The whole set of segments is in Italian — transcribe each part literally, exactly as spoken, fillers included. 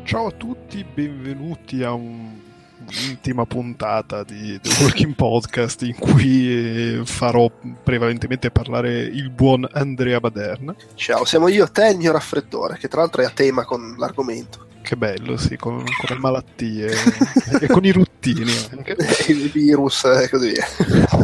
Ciao a tutti, benvenuti a un, un'intima puntata di The Walking Podcast in cui farò prevalentemente parlare il buon Andrea Baderna. Ciao, siamo io, te e il mio raffreddore, che tra l'altro è a tema con l'argomento. Che bello, sì, con, con le malattie e con i ruttini anche. I virus e così via.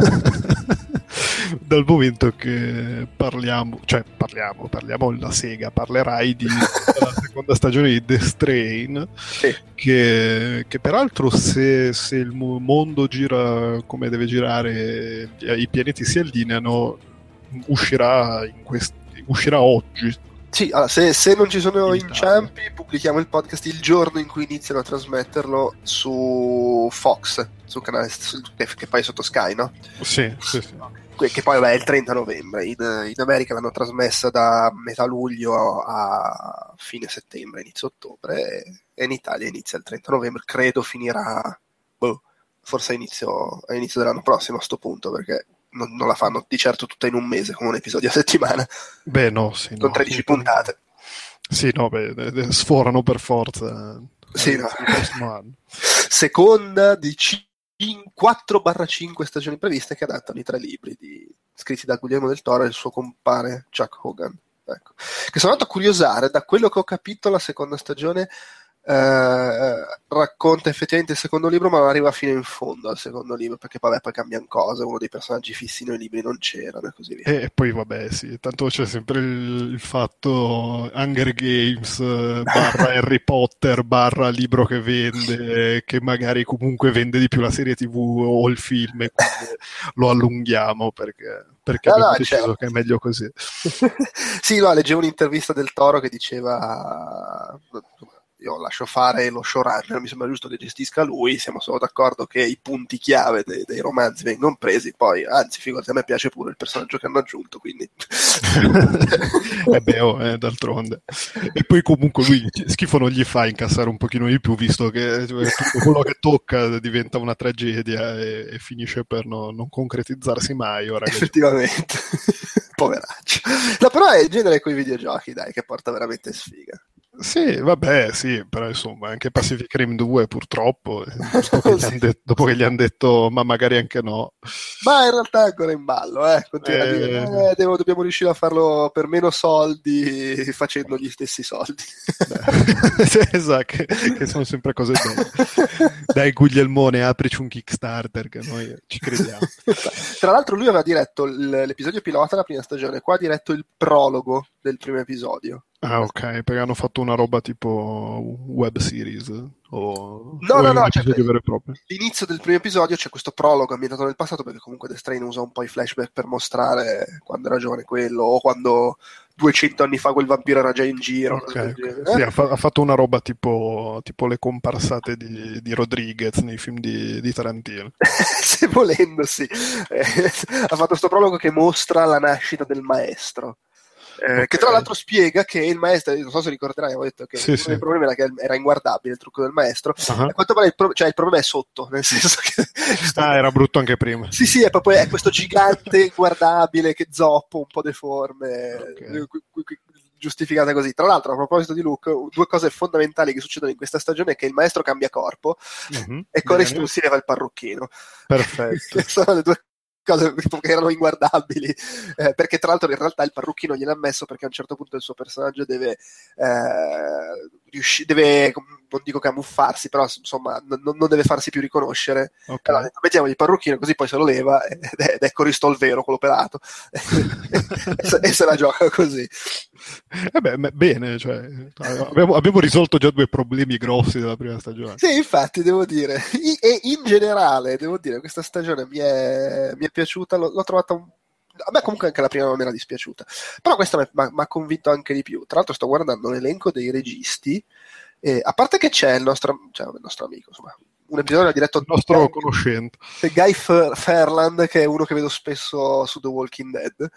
Dal momento che parliamo, cioè parliamo, parliamo la Sega, parlerai di, della seconda stagione di The Strain, Sì. che, che peraltro se, se il mondo gira come deve girare, i pianeti si allineano, uscirà, in quest- uscirà oggi. Sì, allora, se, se non ci sono In inciampi, pubblichiamo il podcast il giorno in cui iniziano a trasmetterlo su Fox, sul canale su, che, che poi è sotto Sky, no? Sì, sì, sì. Che poi vabbè, è il trenta novembre. In, in America l'hanno trasmessa da metà luglio a fine settembre, inizio ottobre, e in Italia inizia il trenta novembre. Credo finirà, boh, forse a inizio, a inizio dell'anno prossimo a sto punto, perché non, non la fanno di certo tutta in un mese, come un episodio a settimana. Beh, no, sì. Con no, tredici puntate. Sì, no, beh, sforano per forza. Sì, eh, no. il prossimo anno. Seconda di c- quattro cinque stagioni previste, che adattano i tre libri di, scritti da Guglielmo del Toro e il suo compare Chuck Hogan. Ecco. Che sono andato a curiosare, da quello che ho capito la seconda stagione eh, racconta effettivamente il secondo libro, ma non arriva fino in fondo al secondo libro, perché vabbè, poi cambiano cose, uno dei personaggi fissi nei libri non c'erano e così via. E poi vabbè, sì, tanto c'è sempre il, il fatto Hunger Games eh, barra Harry Potter barra libro che vende, che magari comunque vende di più la serie tivù o il film, e quindi lo allunghiamo perché, perché No, abbiamo no, deciso certo. che è meglio così. Sì, no, leggevo un'intervista del Toro che diceva: io lascio fare lo showrunner, mi sembra giusto che gestisca lui, siamo solo d'accordo che i punti chiave dei, dei romanzi vengono presi, poi anzi figurati, a me piace pure il personaggio che hanno aggiunto, quindi eh beh, oh, eh, d'altronde. E poi comunque lui schifo non gli fa incassare un pochino di più, visto che cioè, tutto quello che tocca diventa una tragedia e, e finisce per no, non concretizzarsi mai. Ora che... effettivamente poveraccio. No, però è il genere con i videogiochi, dai, che porta veramente sfiga. Sì, vabbè, sì, però insomma anche Pacific Rim due purtroppo, dopo che, Sì. gli de- dopo che gli hanno detto ma magari anche no. Ma in realtà è ancora in ballo, eh. Continua Eh... a dire eh, devo, dobbiamo riuscire a farlo per meno soldi facendo gli stessi soldi. esatto, che, che sono sempre cose belle. Dai Guglielmone, aprici un Kickstarter che noi ci crediamo. Tra l'altro lui aveva diretto l- l'episodio pilota della prima stagione, qua ha diretto il prologo del primo episodio. Ah, ok, perché hanno fatto una roba tipo web series o, No, o no, è un no, cioè, episodio vero e proprio? l'inizio del primo episodio c'è questo prologo ambientato nel passato, perché comunque The Strain usa un po' i flashback per mostrare quando era giovane quello, o quando duecento anni fa quel vampiro era già in giro. Ok, Del ok. genere. Sì, ha, fa- ha fatto una roba tipo, tipo le comparsate di, di Rodriguez nei film di, di Tarantino. Se volendo, sì. Eh, ha fatto questo prologo che mostra la nascita del maestro. Eh, Okay. Che tra l'altro spiega che il maestro, non so se ricorderai, avevo detto che Sì, uno sì. dei problemi era che era inguardabile il trucco del maestro. Uh-huh. A quanto pare il, pro- cioè, il problema è sotto, nel senso che Ah, era brutto anche prima. sì, sì, è proprio è questo gigante inguardabile che zoppo, un po' deforme, Okay. qui- qui- qui- giustificata così. Tra l'altro, a proposito di Luke, due cose fondamentali che succedono in questa stagione è che il maestro cambia corpo Mhm. e Corey Bene. Stoll si leva il parrucchino. Perfetto. Sono le due cose che erano inguardabili, eh, perché tra l'altro in realtà il parrucchino gliel'ha messo perché a un certo punto il suo personaggio deve eh, riusci- deve, non dico camuffarsi, però insomma non, non deve farsi più riconoscere. Ok. Allora, mettiamogli il parrucchino così poi se lo leva ed è, ed è Coristol vero, quello pelato e, se, e se la gioca così. Eh beh, me- bene, cioè, abbiamo, abbiamo risolto già due problemi grossi della prima stagione. Sì, infatti devo dire, I- e in generale devo dire questa stagione mi è, mi è piaciuta, l'ho, l'ho trovata un... a me comunque anche la prima non mi era dispiaciuta, però questa mi ha convinto anche di più. Tra l'altro sto guardando l'elenco dei registi, e, a parte che c'è il nostro, cioè, il nostro amico, insomma, un episodio ha diretto Il nostro Guy, conoscente. Guy Fer- Ferland, che è uno che vedo spesso su The Walking Dead,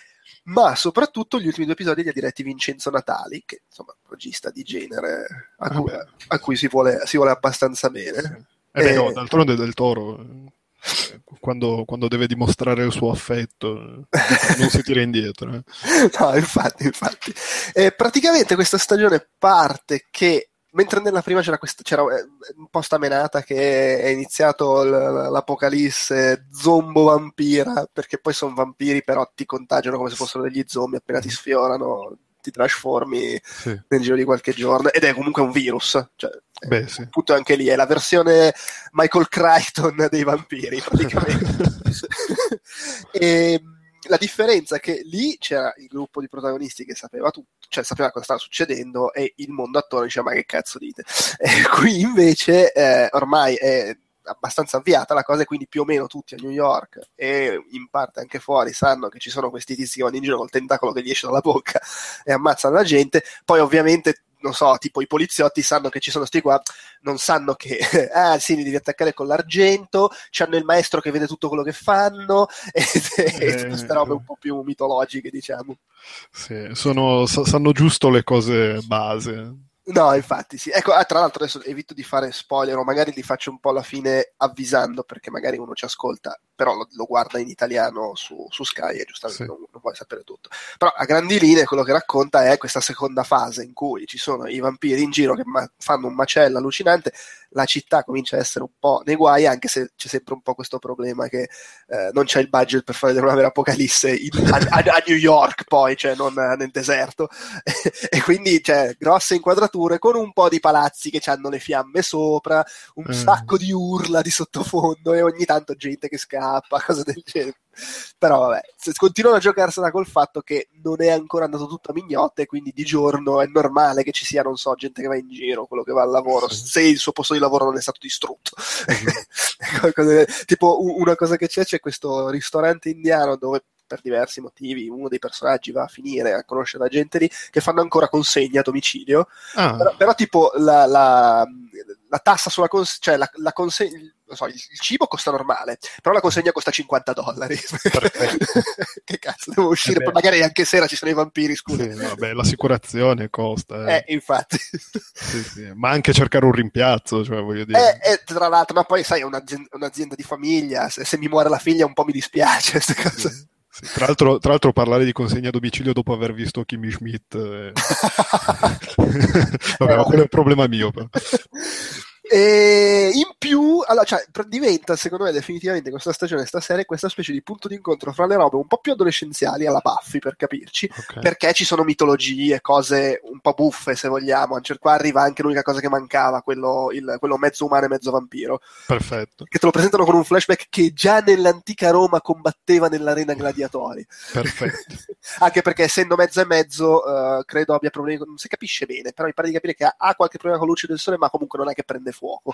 ma soprattutto gli ultimi due episodi li ha diretti Vincenzo Natali, che insomma un regista di genere a cui, Vabbè. a cui si, vuole, si vuole abbastanza bene. Sì. Eh beh, E- no, d'altronde Del Toro, eh, quando, quando deve dimostrare il suo affetto, eh, non si tira indietro. Eh. No, infatti, infatti. E praticamente questa stagione parte che mentre nella prima c'era, questa, c'era un po' sta menata che è iniziato l- l'apocalisse zombo-vampira, perché poi sono vampiri però ti contagiano come se fossero degli zombie, appena ti sfiorano ti trasformi Sì. nel giro di qualche giorno, ed è comunque un virus, cioè, Beh, sì. appunto anche lì è la versione Michael Crichton dei vampiri praticamente. E la differenza è che lì c'era il gruppo di protagonisti che sapeva tutto, cioè sapeva cosa stava succedendo, e il mondo attorno diceva ma che cazzo dite. E qui invece eh, ormai è abbastanza avviata la cosa, e quindi più o meno tutti a New York e in parte anche fuori sanno che ci sono questi tizi che vanno in giro col tentacolo che gli esce dalla bocca e ammazzano la gente. Poi ovviamente, non so, tipo i poliziotti sanno che ci sono sti qua, non sanno che ah sì, li devi attaccare con l'argento, c'hanno il maestro che vede tutto quello che fanno e, e Eh, tutte queste robe un po' più mitologiche, diciamo. Sì, sono, sa- sanno giusto le cose base. No, infatti sì. Ecco, ah, tra l'altro adesso evito di fare spoiler, o magari li faccio un po' alla fine avvisando, perché magari uno ci ascolta, però lo, lo guarda in italiano su, su Sky e giustamente Sì. non, non vuole sapere tutto. Però a grandi linee quello che racconta è questa seconda fase in cui ci sono i vampiri in giro che ma- fanno un macello allucinante, la città comincia a essere un po' nei guai, anche se c'è sempre un po' questo problema che eh, non c'è il budget per fare una vera apocalisse in, a, a, a New York, poi, cioè non nel deserto. E quindi c'è grosse inquadrature con un po' di palazzi che hanno le fiamme sopra, un Eh. sacco di urla di sottofondo e ogni tanto gente che scappa, cose del genere. Però vabbè, se continuano a giocarsela col fatto che non è ancora andato tutto a mignotte, quindi di giorno è normale che ci sia, non so, gente che va in giro, quello che va al lavoro, Sì. se il suo posto di lavoro non è stato distrutto. Mhm. Tipo una cosa che c'è, c'è questo ristorante indiano dove per diversi motivi uno dei personaggi va a finire a conoscere la gente lì, che fanno ancora consegna a domicilio. Ah. però, però tipo la, la, la tassa sulla consegna, cioè la, la consegna, non so, il, il cibo costa normale, però la consegna costa cinquanta dollari. Che cazzo, devo uscire, Eh poi magari anche sera ci sono i vampiri, scusa. Sì, vabbè, l'assicurazione costa. Eh. Eh, infatti. Sì, sì. Ma anche cercare un rimpiazzo, cioè voglio dire. Eh, eh, tra l'altro, ma poi sai, è un'azienda, un'azienda di famiglia, se, se mi muore la figlia un po' mi dispiace, queste cose. Sì. Sì, tra l'altro, tra l'altro parlare di consegna a domicilio dopo aver visto Kimmy Schmidt eh... vabbè, ma quello è un problema mio però. E in più, allora, cioè, diventa secondo me definitivamente questa stagione, questa serie, questa specie di punto d'incontro fra le robe un po' più adolescenziali alla Buffy, per capirci, Okay. perché ci sono mitologie, cose un po' buffe se vogliamo. Cioè, qua arriva anche l'unica cosa che mancava, quello, il, quello mezzo umano e mezzo vampiro. Perfetto. Che te lo presentano con un flashback che già nell'antica Roma combatteva nell'arena gladiatori. Perfetto. Anche perché essendo mezzo e mezzo uh, credo abbia problemi, non si capisce bene, però mi pare di capire che ha, ha qualche problema con la luce del sole, ma comunque non è che prende fuoco.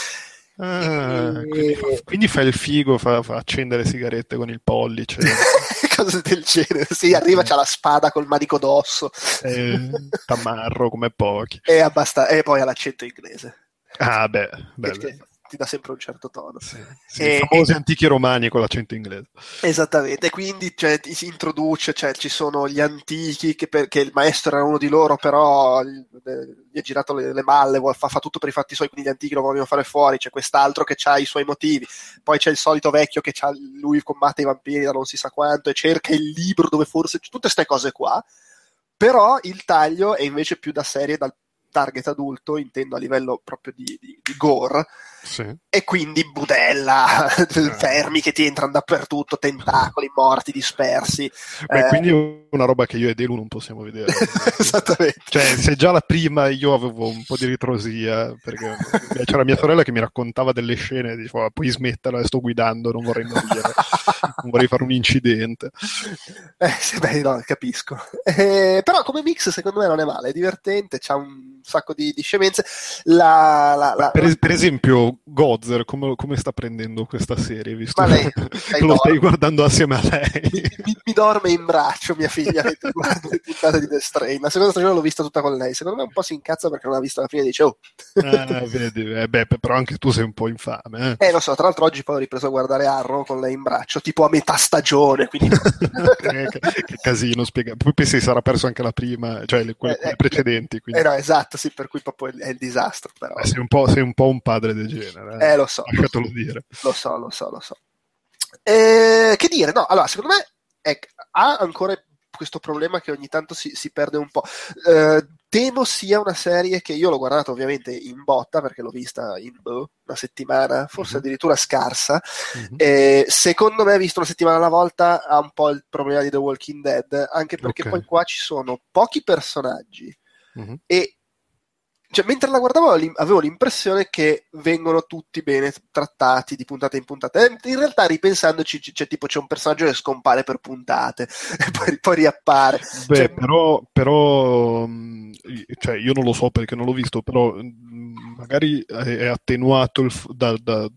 Ah, e... quindi, fa, quindi fa il figo, fa, fa accendere sigarette con il pollice. Cose del genere. Sì, arriva, c'ha la spada col manico d'osso. Eh, tamarro come pochi. E, abbast- e poi ha l'accento inglese. Ah, beh, bello. Che ti dà sempre un certo tono. Sì, sì, E, i famosi antichi romani con l'accento inglese. Esattamente, quindi cioè, ti si introduce, cioè, ci sono gli antichi, che perché il maestro era uno di loro, però gli ha girato le, le malle, fa, fa tutto per i fatti suoi, quindi gli antichi lo vogliono fare fuori. C'è quest'altro che ha i suoi motivi, poi c'è il solito vecchio che c'ha, lui combatte i vampiri da non si sa quanto e cerca il libro dove forse tutte queste cose qua. Però il taglio è invece più da serie, dal target adulto, intendo a livello proprio di, di, di gore. Sì. E quindi budella, fermi che ti entrano dappertutto, tentacoli morti dispersi. Beh, eh... quindi è una roba che io e Delu non possiamo vedere. Esattamente. Cioè, se già la prima io avevo un po' di ritrosia, perché c'era mia sorella che mi raccontava delle scene e diceva puoi smetterla, sto guidando, non vorrei morire, non vorrei fare un incidente. Eh, sì, beh, no, capisco. Eh, però come mix secondo me non è male, è divertente, c'ha un sacco di, di scemenze. La, la, la, per, es- per esempio, Gozer, come, come sta prendendo questa serie? Visto Ma lei, che lo stai guardando assieme a lei. Mi, mi, mi dorme in braccio mia figlia mentre guardo le puntate di The Strain. La seconda stagione l'ho vista tutta con lei. Secondo me un po' si incazza perché non ha visto la fine e dice oh. Ah, vedi, eh, beh, però anche tu sei un po' infame. Eh, eh lo so, tra l'altro oggi poi ho ripreso a guardare Arrow con lei in braccio, tipo a metà stagione, quindi... che, che, che casino, spiega. Poi pensi sarà perso anche la prima, cioè le, quelle, quelle eh, precedenti. Quindi... Eh no, esatto, sì, per cui proprio è il disastro. Però. Beh, sei, un po', sei un po' un padre del genere. Eh, eh lo so. Lasciatelo dire. Lo so, lo so, lo so. Eh, che dire, no, allora, secondo me è, ha ancora questo problema che ogni tanto si, si perde un po'. Uh, temo sia una serie che io l'ho guardata ovviamente in botta, perché l'ho vista in boh, una settimana, forse mm-hmm. addirittura scarsa. Mm-hmm. E secondo me, visto una settimana alla volta, ha un po' il problema di The Walking Dead, anche perché okay. poi qua ci sono pochi personaggi mm-hmm. e cioè, mentre la guardavo avevo l'impressione che vengono tutti bene trattati di puntata in puntata. In realtà, ripensandoci, c'è tipo c'è un personaggio che scompare per puntate e poi, poi riappare. Beh, cioè, però, però cioè, io non lo so perché non l'ho visto, però magari è attenuato il, da, da,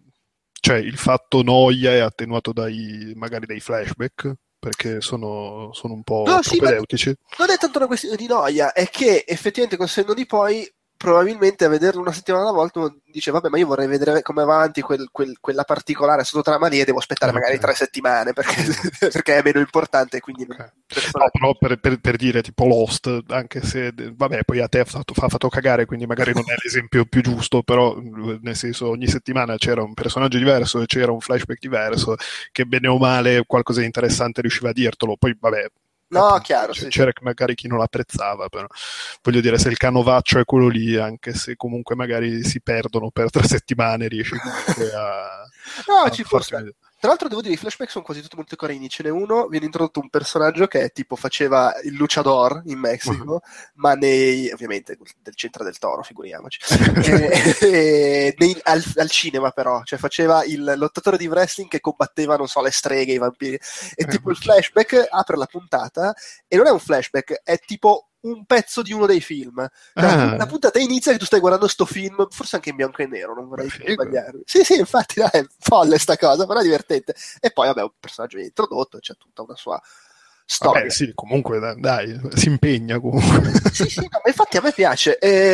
cioè il fatto noia è attenuato dai magari dai flashback, perché sono, sono un po' no, sì, propedeutici. Non è tanto una questione di noia, è che effettivamente col senno di poi probabilmente a vederlo una settimana alla volta uno dice vabbè, ma io vorrei vedere come va avanti quel, quel, quella particolare sottotrama lì e devo aspettare okay. magari tre settimane perché, perché è meno importante, quindi okay. no, però per, per, per dire tipo Lost, anche se vabbè poi a te ha fatto, ha fatto cagare, quindi magari non è l'esempio più giusto, però nel senso ogni settimana c'era un personaggio diverso e c'era un flashback diverso che bene o male qualcosa di interessante riusciva a dirtelo, poi vabbè. No, appunto, chiaro, c- sì, c'era sì. magari chi non l'apprezzava, però voglio dire, se il canovaccio è quello lì, anche se comunque magari si perdono per tre settimane, riesci comunque a no, a ci può stare. Tra l'altro devo dire, i flashback sono quasi tutti molto carini. Ce n'è uno, viene introdotto un personaggio che è tipo faceva il luchador in Messico, uh-huh. ma nei, ovviamente del centro del Toro, figuriamoci, e, e, nei, al, al cinema però, cioè faceva il lottatore di wrestling che combatteva, non so, le streghe, i vampiri, e eh, tipo il flashback apre la puntata e non è un flashback, è tipo un pezzo di uno dei film. Ah. La puntata inizia che tu stai guardando sto film, forse anche in bianco e nero, non vorrei sbagliarmi. Sì, sì, infatti, dai, è folle sta cosa, però è divertente. E poi, vabbè, un personaggio viene introdotto, c'è tutta una sua storia. Vabbè, sì, comunque, dai, si impegna comunque. Sì, sì, no, ma infatti a me piace.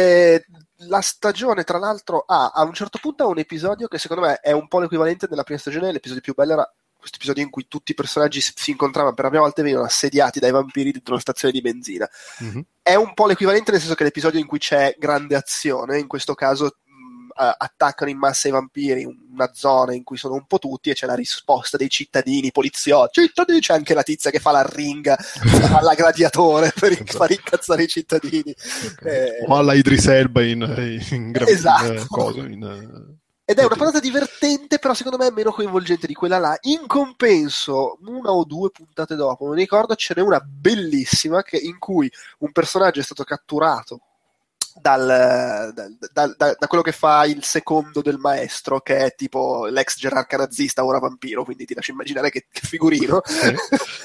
E la stagione, tra l'altro, ha a un certo punto ha un episodio che secondo me è un po' l'equivalente della prima stagione, l'episodio più bello era questo episodio in cui tutti i personaggi si incontravano per la prima volta e venivano assediati dai vampiri dentro una stazione di benzina. Mm-hmm. È un po' l'equivalente, nel senso che l'episodio in cui c'è grande azione, in questo caso mh, attaccano in massa i vampiri, una zona in cui sono un po' tutti e c'è la risposta dei cittadini, poliziotti, cittadini, c'è anche la tizia che fa la ringa, fa la gladiatore per esatto. far incazzare i cittadini. Okay. Eh, o alla Idris Elba in, in, gra- esatto. in, cosa, in ed è una puntata divertente, però secondo me è meno coinvolgente di quella là. In compenso, una o due puntate dopo, non ricordo, ce n'è una bellissima che, in cui un personaggio è stato catturato dal, dal, dal, da, da quello che fa il secondo del maestro, che è tipo l'ex gerarca nazista, ora vampiro, quindi ti lascio immaginare che, che figurino. Sì.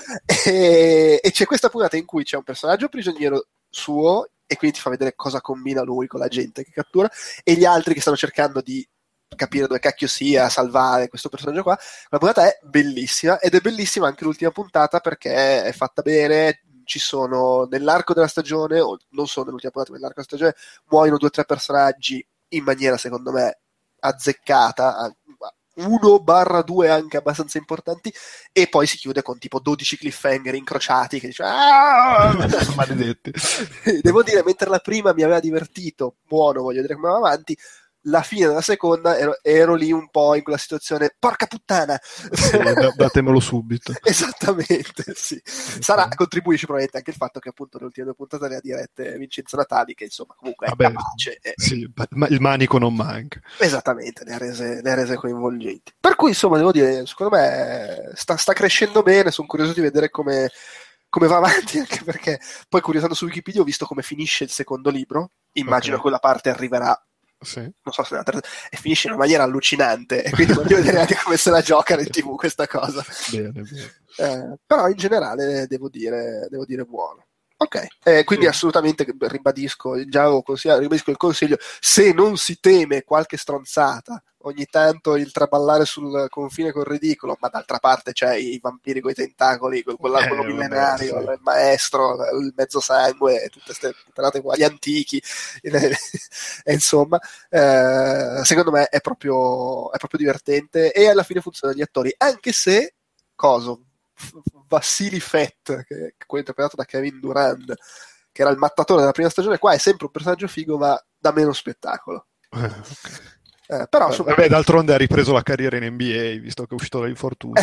e, e c'è questa puntata in cui c'è un personaggio prigioniero suo e quindi ti fa vedere cosa combina lui con la gente che cattura, e gli altri che stanno cercando di capire dove cacchio sia, salvare questo personaggio qua. La puntata è bellissima, ed è bellissima anche l'ultima puntata perché è fatta bene. Ci sono nell'arco della stagione, o non solo nell'ultima puntata, ma nell'arco della stagione muoiono due o tre personaggi in maniera secondo me azzeccata, uno barra due anche abbastanza importanti, e poi si chiude con tipo dodici cliffhanger incrociati che dice maledetti. Devo dire, mentre la prima mi aveva divertito, buono, voglio dire come va avanti, la fine della seconda ero, ero lì un po' in quella situazione, porca puttana, sì, d- datemelo subito. Esattamente, sì. Okay. Sarà, contribuisce probabilmente anche il fatto che appunto le ultime due puntate le ha dirette Vincenzo Natali, che insomma comunque è Vabbè, capace e... sì, ma il manico non manca. Esattamente, le ha rese, le ha rese coinvolgenti, per cui insomma devo dire, secondo me sta, sta crescendo bene. Sono curioso di vedere come come va avanti, anche perché poi, curiosando su Wikipedia, ho visto come finisce il secondo libro. Immagino okay. quella parte arriverà, sì. non so se è terza, e finisce in una maniera allucinante, e quindi voglio vedere anche come se la giocano in tv questa cosa. Bene, bene. Eh, però in generale devo dire, devo dire buono. Ok, eh, quindi sì. assolutamente ribadisco, già avevo consigliato, ribadisco il consiglio, se non si teme qualche stronzata, ogni tanto il traballare sul confine col ridicolo, ma d'altra parte c'è i vampiri coi tentacoli, quello, eh, quello millenario, vabbè, sì. il maestro, il mezzo sangue, tutte queste puttanate qua, gli antichi, e, insomma, eh, secondo me è proprio, è proprio divertente, e alla fine funzionano gli attori, anche se, coso, Vassili Fett, che è quello interpretato da Kevin Durand, che era il mattatore della prima stagione, qua è sempre un personaggio figo, ma da meno spettacolo. Eh, okay. Eh, però insomma... Vabbè, d'altronde ha ripreso la carriera in N B A, visto che è uscito dall'infortunio.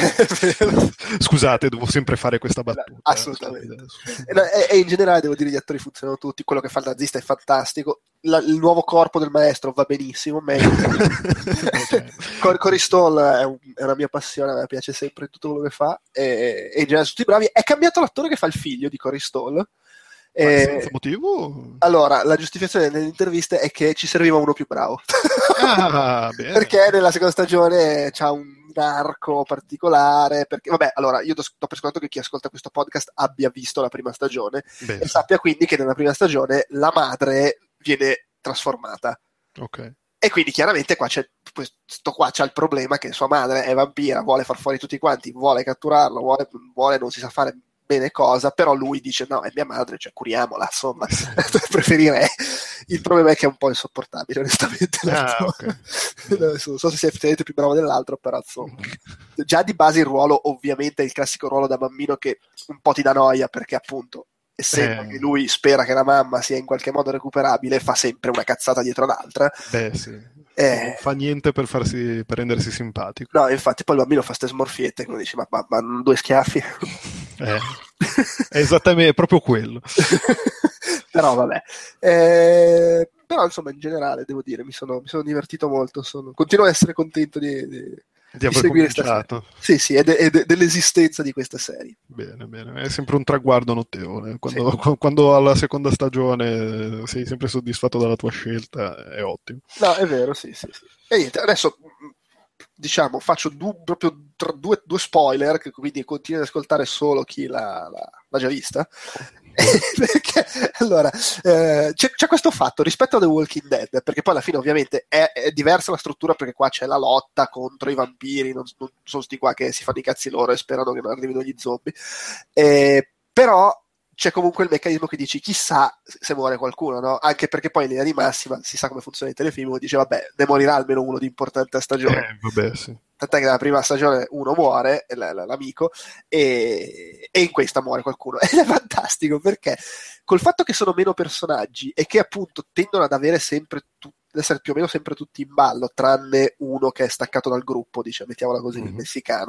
Scusate, devo sempre fare questa battuta. No, assolutamente. Eh. No, e, e in generale devo dire gli attori funzionano tutti, quello che fa il nazista è fantastico, La, il nuovo corpo del maestro va benissimo, meglio. Okay. Cor- Corey Stoll è, un, è una mia passione, mi piace sempre tutto quello che fa, e, e in generale sono tutti bravi. È cambiato l'attore che fa il figlio di Corey Stoll. Eh, senza motivo? Allora, la giustificazione nelle interviste è che ci serviva uno più bravo. Ah, bene. Perché nella seconda stagione c'ha un arco particolare. Perché, vabbè, allora, io do, do per scontato che chi ascolta questo podcast abbia visto la prima stagione. Bene. E sappia quindi che nella prima stagione la madre viene trasformata. Ok. E quindi chiaramente qua c'è, questo qua c'ha il problema che sua madre è vampira, vuole far fuori tutti quanti, vuole catturarlo, vuole, vuole non si sa fare bene cosa, però lui dice no, è mia madre, cioè curiamola, insomma. Preferirei. Il problema è che è un po' insopportabile, onestamente. Ah, okay. Non so se sia effettivamente più bravo dell'altro, però insomma. Già di base il ruolo ovviamente è il classico ruolo da bambino che un po' ti dà noia, perché appunto essendo eh. che lui spera che la mamma sia in qualche modo recuperabile, fa sempre una cazzata dietro l'altra. Beh sì, eh. non fa niente per, farsi, per rendersi simpatico. No, infatti poi il bambino fa ste smorfiette, come dici, ma, ma, ma due schiaffi. Eh. È esattamente, è proprio quello. Però vabbè. Eh, però insomma in generale devo dire, mi sono, mi sono divertito molto, sono, continuo a essere contento di... di... di aver seguire cominciato. Sì, sì, ed è, dell'esistenza di questa serie. Bene, bene, è sempre un traguardo notevole. Quando, sì. quando alla seconda stagione sei sempre soddisfatto dalla tua scelta, è ottimo. No, è vero, sì, sì, sì. E niente, adesso diciamo faccio du, proprio due, due spoiler, che quindi continui ad ascoltare solo chi l'ha, l'ha, l'ha già vista. Perché allora eh, c'è, c'è questo fatto rispetto a The Walking Dead, perché poi alla fine ovviamente è, è diversa la struttura, perché qua c'è la lotta contro i vampiri, non, non sono sti qua che si fanno i cazzi loro e sperano che non arrivino gli zombie, eh, però c'è comunque il meccanismo che dici chissà se muore qualcuno, no? Anche perché poi in linea di massima si sa come funziona il telefilm, dice vabbè ne morirà almeno uno di importante a stagione. Eh, vabbè, sì. Tant'è che nella prima stagione uno muore, l'amico, e, e in questa muore qualcuno. Ed è fantastico perché col fatto che sono meno personaggi e che appunto tendono ad avere sempre tu, ad essere più o meno sempre tutti in ballo, tranne uno che è staccato dal gruppo, dice, mettiamola così, mm-hmm. il messicano,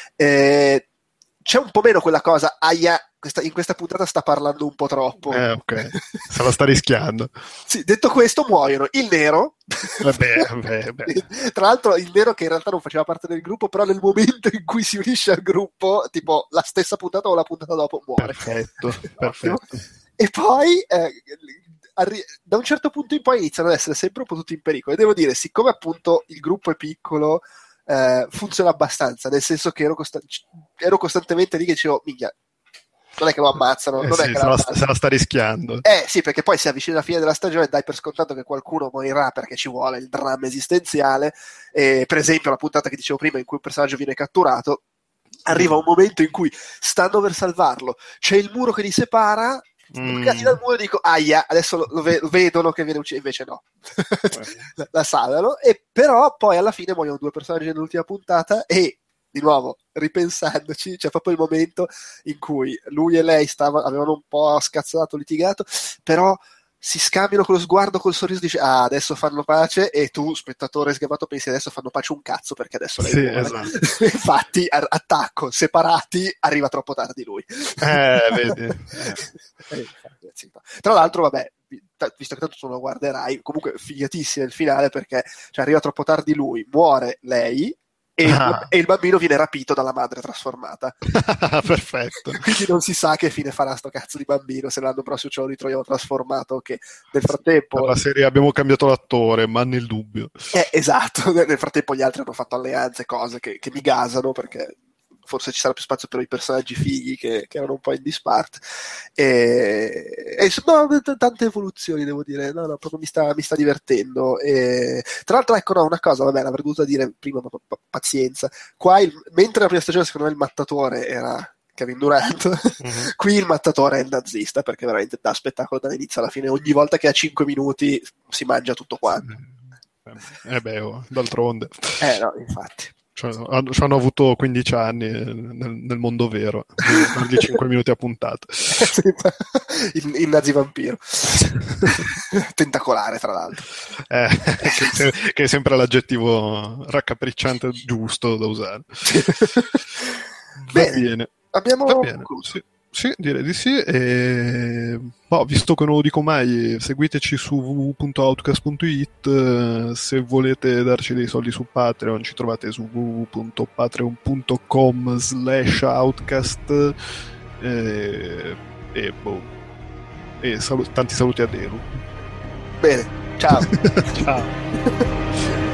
eh, c'è un po' meno quella cosa, aia, questa, in questa puntata sta parlando un po' troppo. Eh, ok, se la sta rischiando. Sì, detto questo, muoiono il nero. Vabbè, vabbè, vabbè. Tra l'altro il nero che in realtà non faceva parte del gruppo, però nel momento in cui si unisce al gruppo, tipo la stessa puntata o la puntata dopo, muore. Perfetto, perfetto. E poi... Eh, arri- da un certo punto in poi iniziano ad essere sempre un po' tutti in pericolo. E devo dire, siccome appunto il gruppo è piccolo, eh, funziona abbastanza, nel senso che ero, costa- ero costantemente lì che dicevo, minchia, non è che lo ammazzano, eh non sì, è che se, la, se la sta rischiando. Eh sì, perché poi si avvicina alla fine della stagione e dai per scontato che qualcuno morirà perché ci vuole il dramma esistenziale. E, per esempio la puntata che dicevo prima in cui un personaggio viene catturato, arriva un momento in cui stanno per salvarlo, c'è il muro che li separa, mm. dal muro e dico aia, adesso lo, lo, ve- lo vedono che viene ucciso, invece no. la, la salvano, e però poi alla fine muoiono due personaggi nell'ultima puntata e di nuovo, ripensandoci, c'è proprio il momento in cui lui e lei stavano, avevano un po' scazzato, litigato, però si scambiano con lo sguardo, col sorriso, dice ah, adesso fanno pace, e tu, spettatore sgamato, pensi adesso fanno pace un cazzo perché adesso lei sì, muore. Esatto. Infatti, attacco, separati, arriva troppo tardi lui. Eh, vedi. Eh. Tra l'altro, vabbè, visto che tanto tu non lo guarderai, comunque figatissimo il finale, perché cioè, arriva troppo tardi lui, muore lei, E, ah. il, e il bambino viene rapito dalla madre trasformata. Perfetto. Quindi non si sa che fine farà sto cazzo di bambino, se l'anno prossimo ce lo ritroviamo trasformato, che nel frattempo... Per la serie abbiamo cambiato l'attore, ma nel dubbio. Eh, esatto, nel frattempo gli altri hanno fatto alleanze, cose che, che mi gasano, perché forse ci sarà più spazio per i personaggi fighi che, che erano un po' in disparte, e, e no, t- tante evoluzioni devo dire, no, no, proprio mi sta, mi sta divertendo. E, tra l'altro ecco, no, una cosa, vabbè, l'avrei dovuta dire prima, ma p- pazienza, qua il, mentre la prima stagione secondo me il mattatore era Kevin Durant, mm-hmm. qui il mattatore è il nazista, perché veramente dà spettacolo dall'inizio alla fine, ogni volta che ha cinque minuti si mangia tutto quanto. Eh beh, oh, d'altronde. Eh no, infatti. Cioè, hanno, cioè, hanno avuto quindici anni nel, nel mondo vero, di cinque minuti a puntata. il, il nazi vampiro. Tentacolare, tra l'altro. Eh, che, che è sempre l'aggettivo raccapricciante giusto da usare. Va bene, bene. abbiamo Va bene. concluso. Sì. Sì, direi di sì. E... boh, visto che non lo dico mai, seguiteci su w w w punto outcast punto i t. Se volete darci dei soldi su Patreon, ci trovate su w w w punto patreon punto com slash outcast. E, e, boh. e salu- tanti saluti a Delu. Bene, ciao. Ciao.